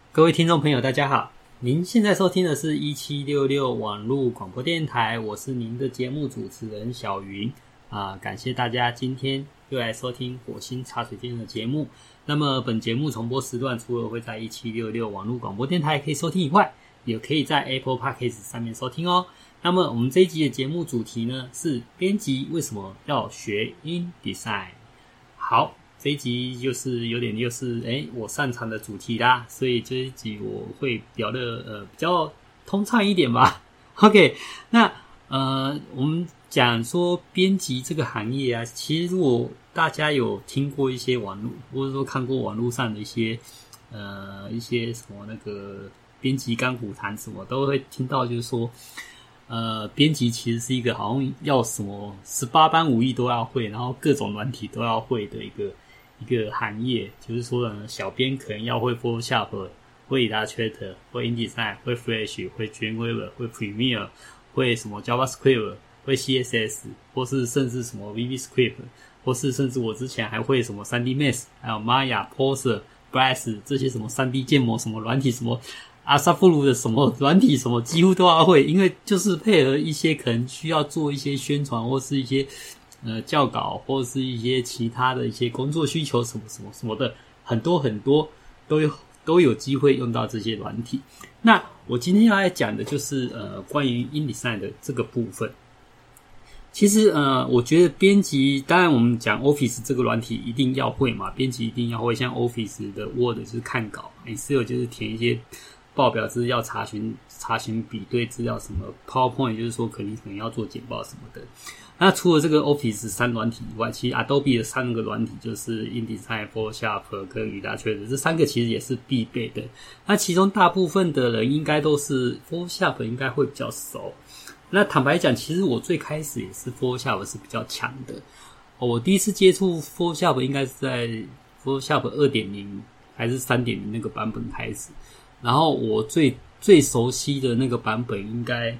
各位听众朋友大家好，您现在收听的是1766网络广播电台，我是您的节目主持人小云感谢大家今天又来收听火星茶水间的节目。那么本节目重播时段除了会在1766网络广播电台可以收听以外，也可以在 Apple Podcast 上面收听哦。那么我们这一集的节目主题呢是编辑为什么要学 InDesign。 好，这一集就是有点我擅长的主题啦，所以这一集我会聊的比较通畅一点吧。OK， 那我们讲说编辑这个行业啊，其实如果大家有听过一些网络，或者说看过网络上的一些什么那个编辑甘苦谈什么，都会听到就是说编辑其实是一个好像要什么18般武艺都要会，然后各种软体都要会的一个行业。就是说呢，小编可能要会 Photoshop， 会 Illustrator， 会 InDesign， 会 Flash， 会 Dreamweaver， 会 Premiere， 会什么 JavaScript， 会 CSS， 或是甚至什么 VBScript， 或是甚至我之前还会什么 3D Max， 还有 Maya、Poser、Blast 这些什么 3D 建模什么软体什么阿萨布鲁的什么软体什么几乎都要会，因为就是配合一些可能需要做一些宣传或是一些校稿或是一些其他的一些工作需求什么什么什么的，很多都有机会用到这些软体。那我今天要来讲的就是关于 InDesign 的这个部分。其实我觉得编辑，当然我们讲 Office 这个软体一定要会嘛，编辑一定要会，像 Office 的 Word 就是看稿， Excel 就是填一些报表资料，查询比对资料什么， PowerPoint 就是说可能要做简报什么的。那除了这个 Office 3软体以外，其实 Adobe 的3个软体就是 InDesign、Photoshop 跟 Illustrator， 这3个其实也是必备的。那其中大部分的人应该都是 Photoshop 应该会比较熟。那坦白讲，其实我最开始也是 Photoshop 是比较强的。我第一次接触 Photoshop 应该是在 Photoshop 2.0 还是 3.0 那个版本开始。然后我最熟悉的那个版本应该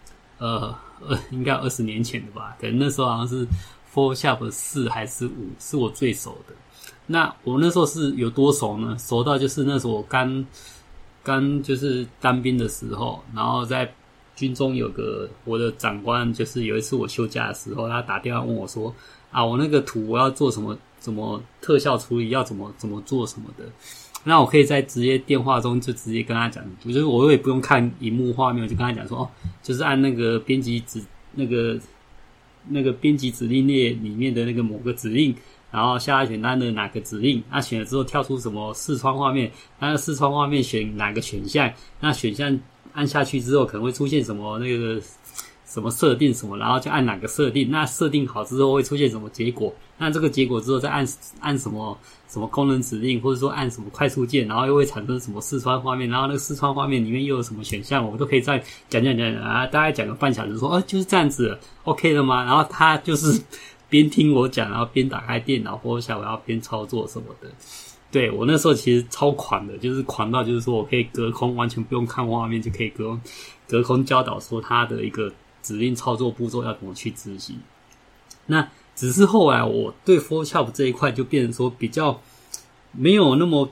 20年前的吧，可能那时候好像是 Photoshop 4还是5是我最熟的。那我那时候是有多熟呢？熟到就是那时候我刚就是当兵的时候，然后在军中有个我的长官，就是有一次我休假的时候，他打电话问我说我那个图我要做什么特效处理，要怎么做什么的。那我可以在直接电话中就直接跟他讲，就是我也不用看萤幕画面，我就跟他讲说就是按那个编辑那个编辑指令列里面的那个某个指令，然后下选单的哪个指令，那选了之后跳出什么视窗画面，那视窗画面选哪个选项，那选项按下去之后可能会出现什么那个什么设定什么，然后就按哪个设定，那设定好之后会出现什么结果，那这个结果之后再按什么功能指令，或者说按什么快速键，然后又会产生什么视窗画面，然后那个视窗画面里面又有什么选项，我们都可以再讲大概讲个半小时说就是这样子了 OK 了吗？然后他就是边听我讲，然后边打开电脑或者我要边操作什么的。对，我那时候其实超狂的，就是狂到就是说我可以隔空完全不用看画面就可以隔空教导说他的一个指令操作步骤要怎么去执行。那只是后来我对 Photoshop 这一块就变成说比较没有那么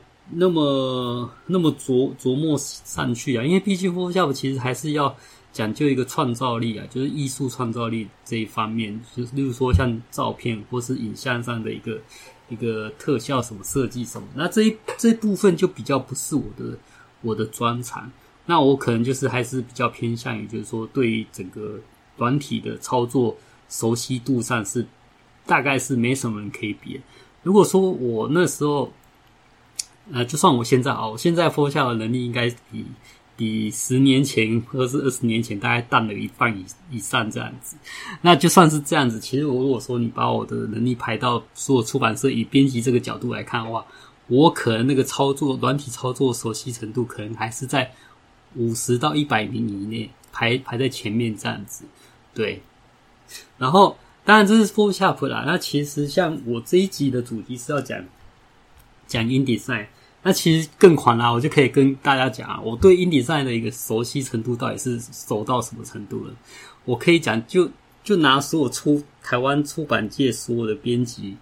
琢磨上去因为毕竟 Photoshop 其实还是要讲究一个创造力就是艺术创造力这一方面，就是例如说像照片或是影像上的一个特效什么设计什么，那这一部分就比较不是我的专长。那我可能就是还是比较偏向于就是说对于整个软体的操作熟悉度上是大概是没什么人可以比。如果说我那时候就算我现在Photoshop 的能力应该比10年前或是20年前大概淡了一半以上这样子。那就算是这样子，其实如果说你把我的能力排到所有出版社以编辑这个角度来看的话，我可能那个软体操作熟悉程度可能还是在50到100名以内，排在前面这样子。对，然后当然这是 Photoshop 啦。那其实像我这一集的主题是要讲 InDesign， 那其实更狂啦，我就可以跟大家讲我对 InDesign 的一个熟悉程度到底是熟到什么程度了。我可以讲就拿所有台湾出版界所有的编辑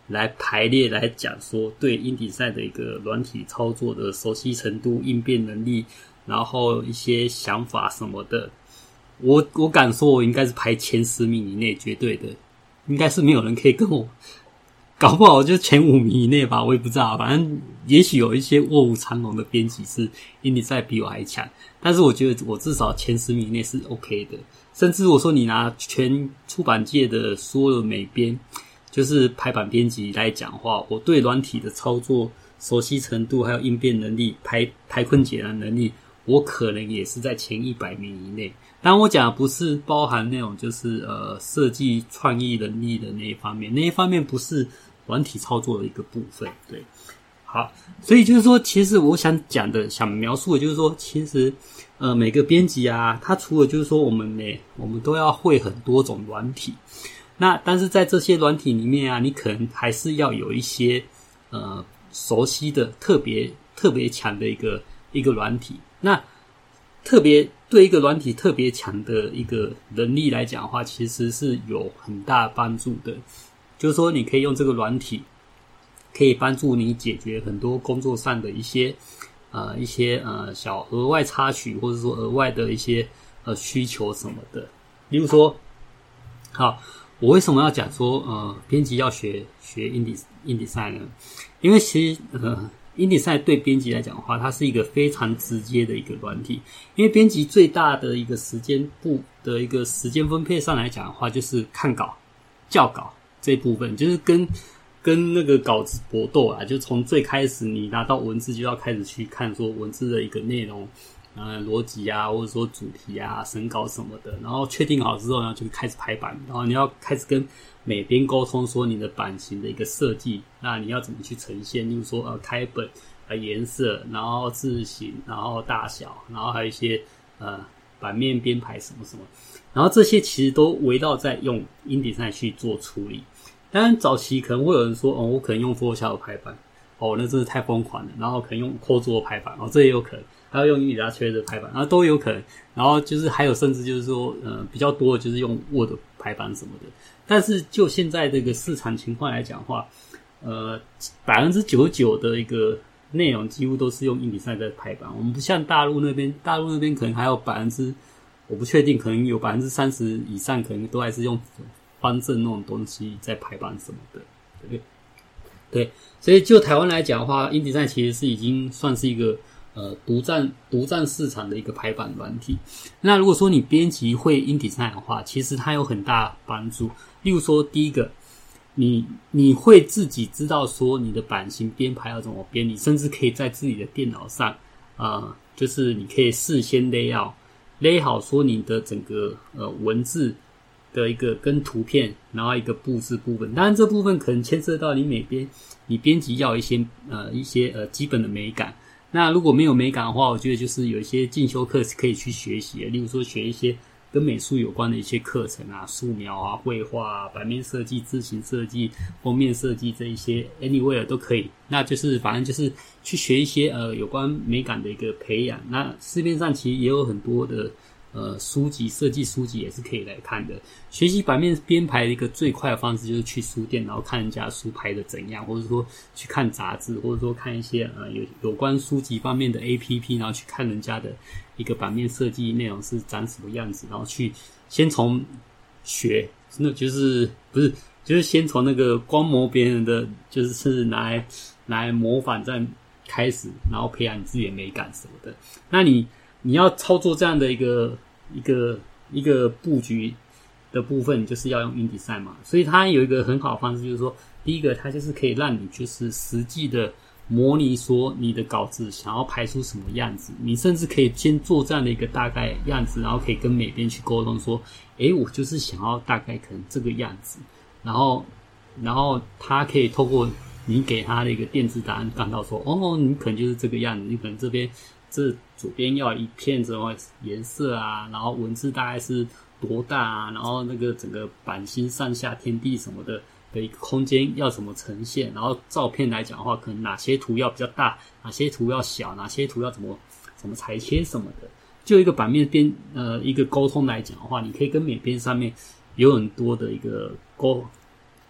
来排列来讲说对InDesign的一个软体操作的熟悉程度、应变能力，然后一些想法什么的，我敢说我应该是排前10名以内，绝对的，应该是没有人可以跟我，搞不好就前5名以内吧，我也不知道，反正也许有一些卧虎藏龙的编辑是InDesign比我还强，但是我觉得我至少前10名以内是 OK 的，甚至我说你拿全出版界的所有的美编，就是排版编辑来讲的话，我对软体的操作熟悉程度还有应变能力、排困解难能力，我可能也是在前100名以内。当然我讲的不是包含那种就是设计创意能力的那一方面，那一方面不是软体操作的一个部分。对，好，所以就是说，其实我想描述的就是说，其实每个编辑啊，他除了就是说我们都要会很多种软体。那但是在这些软体里面啊，你可能还是要有一些熟悉的特别强的一个软体。那特别对一个软体特别强的一个能力来讲的话，其实是有很大帮助的。就是说，你可以用这个软体，可以帮助你解决很多工作上的一些小额外插曲，或者说额外的一些需求什么的。例如说，好。我为什么要讲说编辑要学 InDesign 呢？因为其实InDesign 对编辑来讲的话，它是一个非常直接的一个软体。因为编辑最大的一个时间分配上来讲的话，就是看稿、校稿这一部分，就是跟那个稿子搏斗啊，就从最开始你拿到文字就要开始去看说文字的一个内容。逻辑啊，或者说主题啊、审稿什么的，然后确定好之后呢，就开始排版，然后你要开始跟美编沟通说你的版型的一个设计，那你要怎么去呈现？例如说开本、颜色，然后字型，然后大小，然后还有一些版面编排什么什么，然后这些其实都围绕在用 InDesign 去做处理。当然早期可能会有人说，我可能用 Photoshop 排版，那真是太疯狂了，然后可能用 Corel 排版，这也有可能。还要用Illustrator的排版，然后都有可能，然后就是还有甚至就是说，比较多的就是用 Word 排版什么的。但是就现在这个市场情况来讲的话，99%的一个内容几乎都是用InDesign在排版。我们不像大陆那边可能还有我不确定，可能有30%以上，可能都还是用方正那种东西在排版什么的，对不对？对，所以就台湾来讲的话，InDesign 其实是已经算是一个独占市场的一个排版软体。那如果说你编辑会 InDesign 的话，其实它有很大帮助。例如说，第一个，你会自己知道说你的版型编排要怎么编，你甚至可以在自己的电脑上就是你可以事先勒好说你的整个文字的一个跟图片，然后一个布置部分。当然这部分可能牵涉到你编辑要一些基本的美感。那如果没有美感的话，我觉得就是有一些进修课是可以去学习的，例如说学一些跟美术有关的一些课程啊，素描啊、绘画啊、版面设计、字型设计、封面设计这一些 anywhere 都可以。那就是反正就是去学一些有关美感的一个培养。那市面上其实也有很多的书籍，设计书籍也是可以来看的。学习版面编排的一个最快的方式就是去书店，然后看人家书排的怎样，或者说去看杂志，或者说看一些有关书籍方面的 APP， 然后去看人家的一个版面设计内容是长什么样子，然后去先从学，那就是先从那个观摩别人的，就是拿来模仿再开始，然后培养你自己的美感什么的。那你要操作这样的一个布局的部分，你就是要用 InDesign 嘛。所以它有一个很好的方式，就是说，第一个它就是可以让你就是实际的模拟说你的稿子想要排出什么样子，你甚至可以先做这样的一个大概样子，然后可以跟美编去沟通说，我就是想要大概可能这个样子，然后他可以透过你给他的一个电子答案看到说，你可能就是这个样子，你可能这左边要一片什么颜色啊，然后文字大概是多大啊，然后那个整个版型上下天地什么的一个空间要怎么呈现，然后照片来讲的话，可能哪些图要比较大，哪些图要小，哪些图要怎么裁切什么的。就一个版面一个沟通来讲的话，你可以跟美编上面有很多的一个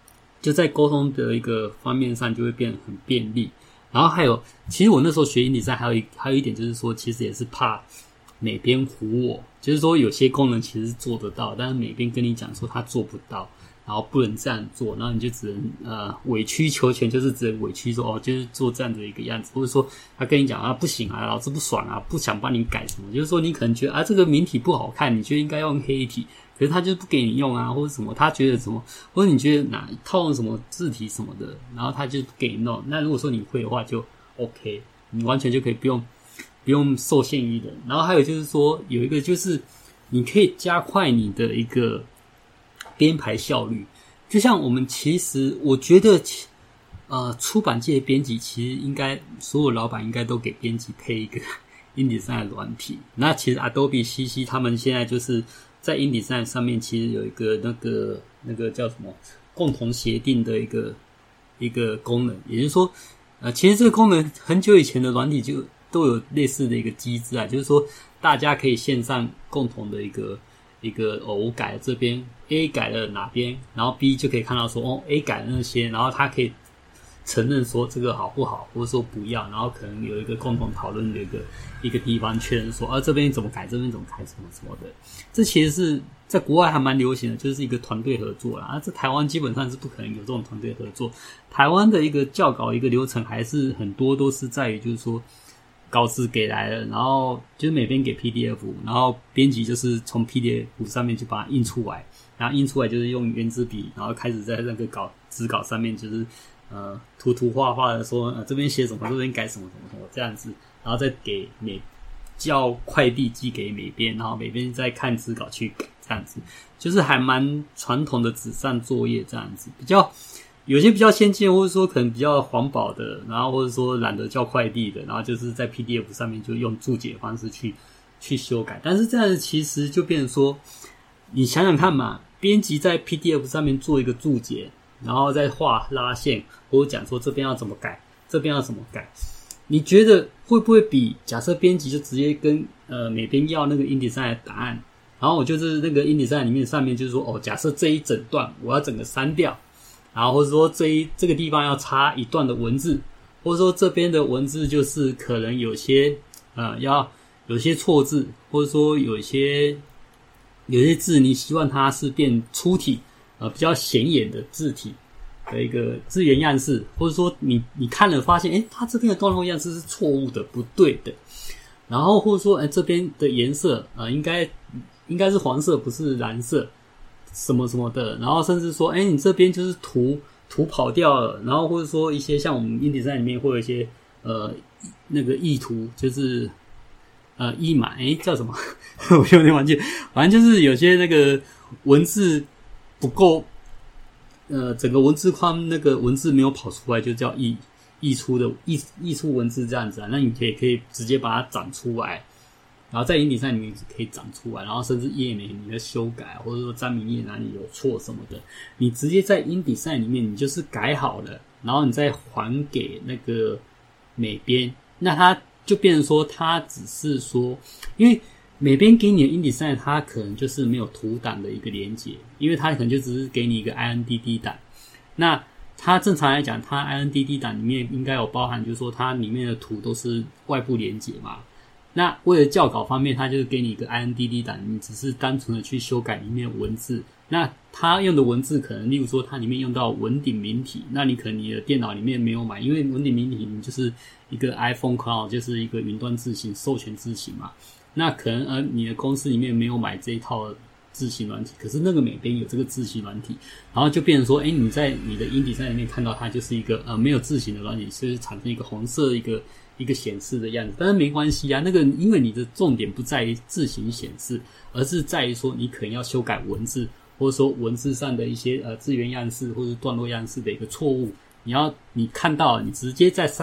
就在沟通的一个方面上就会变得很便利。然后还有，其实我那时候学InDesign还有一点就是说，其实也是怕美编唬我，就是说有些功能其实是做得到，但是美编跟你讲说他做不到，然后不能这样做，然后你就只能委曲求全，就是只能委屈说哦，就是做这样的一个样子，或者说他跟你讲啊不行啊，老子不爽啊，不想帮你改什么，就是说你可能觉得啊这个明体不好看，你觉得应该用黑体，可是他就是不给你用啊，或者什么，他觉得什么，或者你觉得哪套用什么字体什么的，然后他就不给你弄。那如果说你会的话就 OK， 你完全就可以不用受限于人。然后还有就是说有一个就是你可以加快你的一个编排效率。就像我们其实我觉得出版界的编辑其实应该所有老板应该都给编辑配一个 InDesign 的软体。那其实 Adobe CC 他们现在就是在 InDesign 上面其实有一个那个叫什么共同协定的一个功能，也就是说其实这个功能很久以前的软体就都有类似的一个机制啊，就是说大家可以线上共同的一个我改了这边 A 改了哪边，然后 B 就可以看到说A 改了那些，然后他可以承认说这个好不好，或者说不要，然后可能有一个共同讨论的一个地方确认说这边怎么改，这边怎么改，什么的。这其实是在国外还蛮流行的，就是一个团队合作啦。在台湾基本上是不可能有这种团队合作。台湾的一个校稿一个流程还是很多都是在于就是说稿子给来了，然后就是每边给 PDF， 然后编辑就是从 PDF 上面就把它印出来，然后印出来就是用原子笔，然后开始在那个纸稿上面就是涂画的说这边写什么，这边改什么这样子，然后再给叫快递寄给美编，然后美编再看纸稿去改，这样子就是还蛮传统的纸上作业这样子，有些比较先进，或者说可能比较环保的，然后或者说懒得叫快递的，然后就是在 PDF 上面就用注解的方式去修改。但是这样子其实就变成说，你想想看嘛，编辑在 PDF 上面做一个注解，然后再画拉线，或者讲说这边要怎么改，这边要怎么改，你觉得会不会比假设编辑就直接跟美编要那个 InDesign 的答案，然后我就是那个 InDesign 里面上面就是说假设这一整段我要整个删掉，然后或者说这个地方要插一段的文字，或者说这边的文字就是可能有些要有些错字，或者说有些字你希望它是变粗体比较显眼的字体的一个字元样式，或者说你看了发现它这边的段落样式是错误的不对的，然后或者说这边的颜色应该是黄色不是蓝色什么什么的，然后甚至说你这边就是图跑掉了，然后或者说一些像我们 InDesign 里面会有一些那个意图就是意码叫什么我有点忘记，反正就是有些那个文字不够整个文字框那个文字没有跑出来，就叫溢出文字这样子啊，那你可以直接把它长出来，然后在InDesign里面可以长出来，然后甚至页眉你的修改，或者说章名页哪里有错什么的，你直接在InDesign里面你就是改好了，然后你再还给那个美编，那它就变成说它只是说，因为美编给你的 InDesign 它可能就是没有图档的一个连结，因为它可能就只是给你一个 INDD 档，那它正常来讲它 INDD 档里面应该有包含就是说它里面的图都是外部连结嘛，那为了校稿方面它就是给你一个 INDD 档，你只是单纯的去修改里面的文字，那它用的文字可能例如说它里面用到文鼎明体，那你可能你的电脑里面没有买，因为文鼎明体你就是一个 iPhone Cloud 就是一个云端字型授权字型嘛，那可能你的公司里面没有买这一套字型软体，可是那个美编有这个字型软体，然后就变成说你在你的 InDesign 里面看到它就是一个没有字型的软体，所以产生一个红色一个显示的样子，但是没关系啊，那个因为你的重点不在于字型显示，而是在于说你可能要修改文字，或者说文字上的一些字元样式或者段落样式的一个错误，你看到你直接在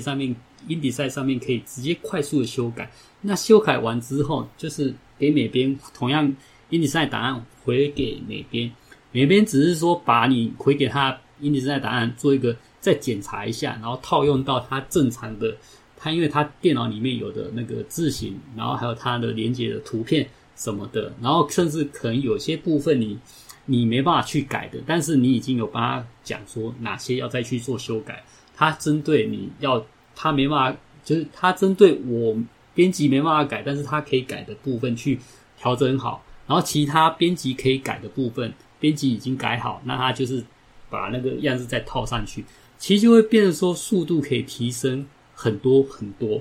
InDesign 上面可以直接快速的修改，那修改完之后就是给美编同样 InDesign 档案回给美编，美编只是说把你回给他 InDesign 档案做一个再检查一下，然后套用到他正常的因为他电脑里面有的那个字型，然后还有他的连结的图片什么的，然后甚至可能有些部分你没办法去改的，但是你已经有帮他讲说哪些要再去做修改，他针对他没办法，就是他针对我编辑没办法改，但是他可以改的部分去调整好，然后其他编辑可以改的部分，编辑已经改好，那他就是把那个样子再套上去，其实就会变成说速度可以提升很多很多。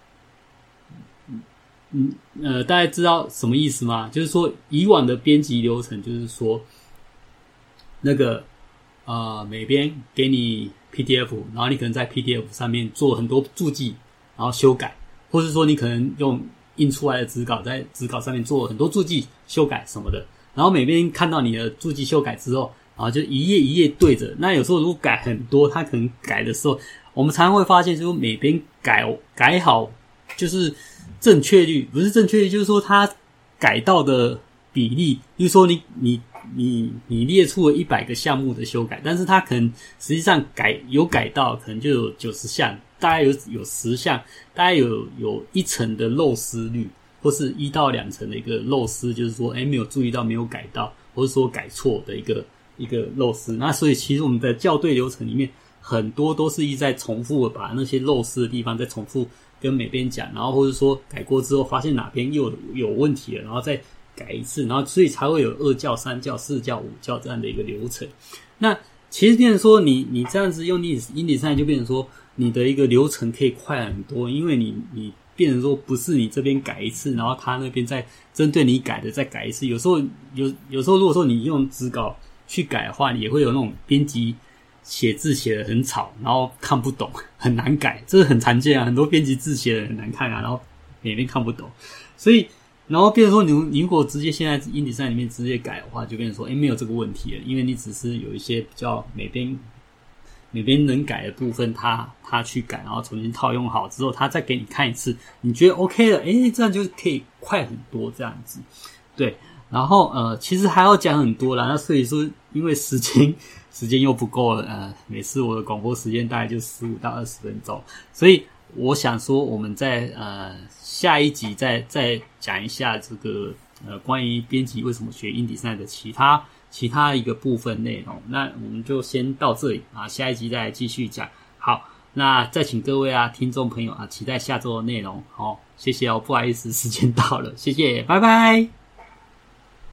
大家知道什么意思吗？就是说以往的编辑流程就是说那个每边给你 PDF， 然后你可能在 PDF 上面做很多注记，然后修改，或是说你可能用印出来的纸稿，在纸稿上面做很多注记修改什么的，然后每边看到你的注记修改之后，然后就一页一页对着。那有时候如果改很多，他可能改的时候，我们常常会发现就是每边改好，就是正确率不是正确率，就是说他改到的比例，比如说你列出了100个项目的修改，但是他可能实际上有改到可能就有90项，大概有10项，大概有1成的漏失率，或是1到2成的一个漏失，就是说没有注意到，没有改到，或是说改错的一个漏失。那所以其实我们的校对流程里面很多都是一再重复的把那些漏失的地方再重复跟每边讲，然后或者说改过之后发现哪边又有问题了，然后再改一次，然后所以才会有2校、3校、4校、5校这样的一个流程。那其实变成说你这样子用InDesign就变成说你的一个流程可以快很多，因为你变成说不是你这边改一次，然后他那边再针对你改的再改一次。有时候如果说你用纸稿去改的话，也会有那种编辑写字写得很吵，然后看不懂，很难改，这是很常见啊，很多编辑字写得很难看啊，然后每边看不懂，所以然后变成说你如果直接现在 InDesign 里面直接改的话，就变成说没有这个问题了，因为你只是有一些比较每边能改的部分他去改，然后重新套用好之后他再给你看一次，你觉得 OK 了，这样就可以快很多这样子。对，然后其实还要讲很多啦，那所以说因为时间又不够了，每次我的广播时间大概就15到20分钟，所以我想说我们在下一集再讲一下这个关于编辑为什么学InDesign的其他一个部分内容。那我们就先到这里啊，下一集再继续讲。好，那再请各位听众朋友期待下周的内容。好，谢谢不好意思时间到了，谢谢，拜拜。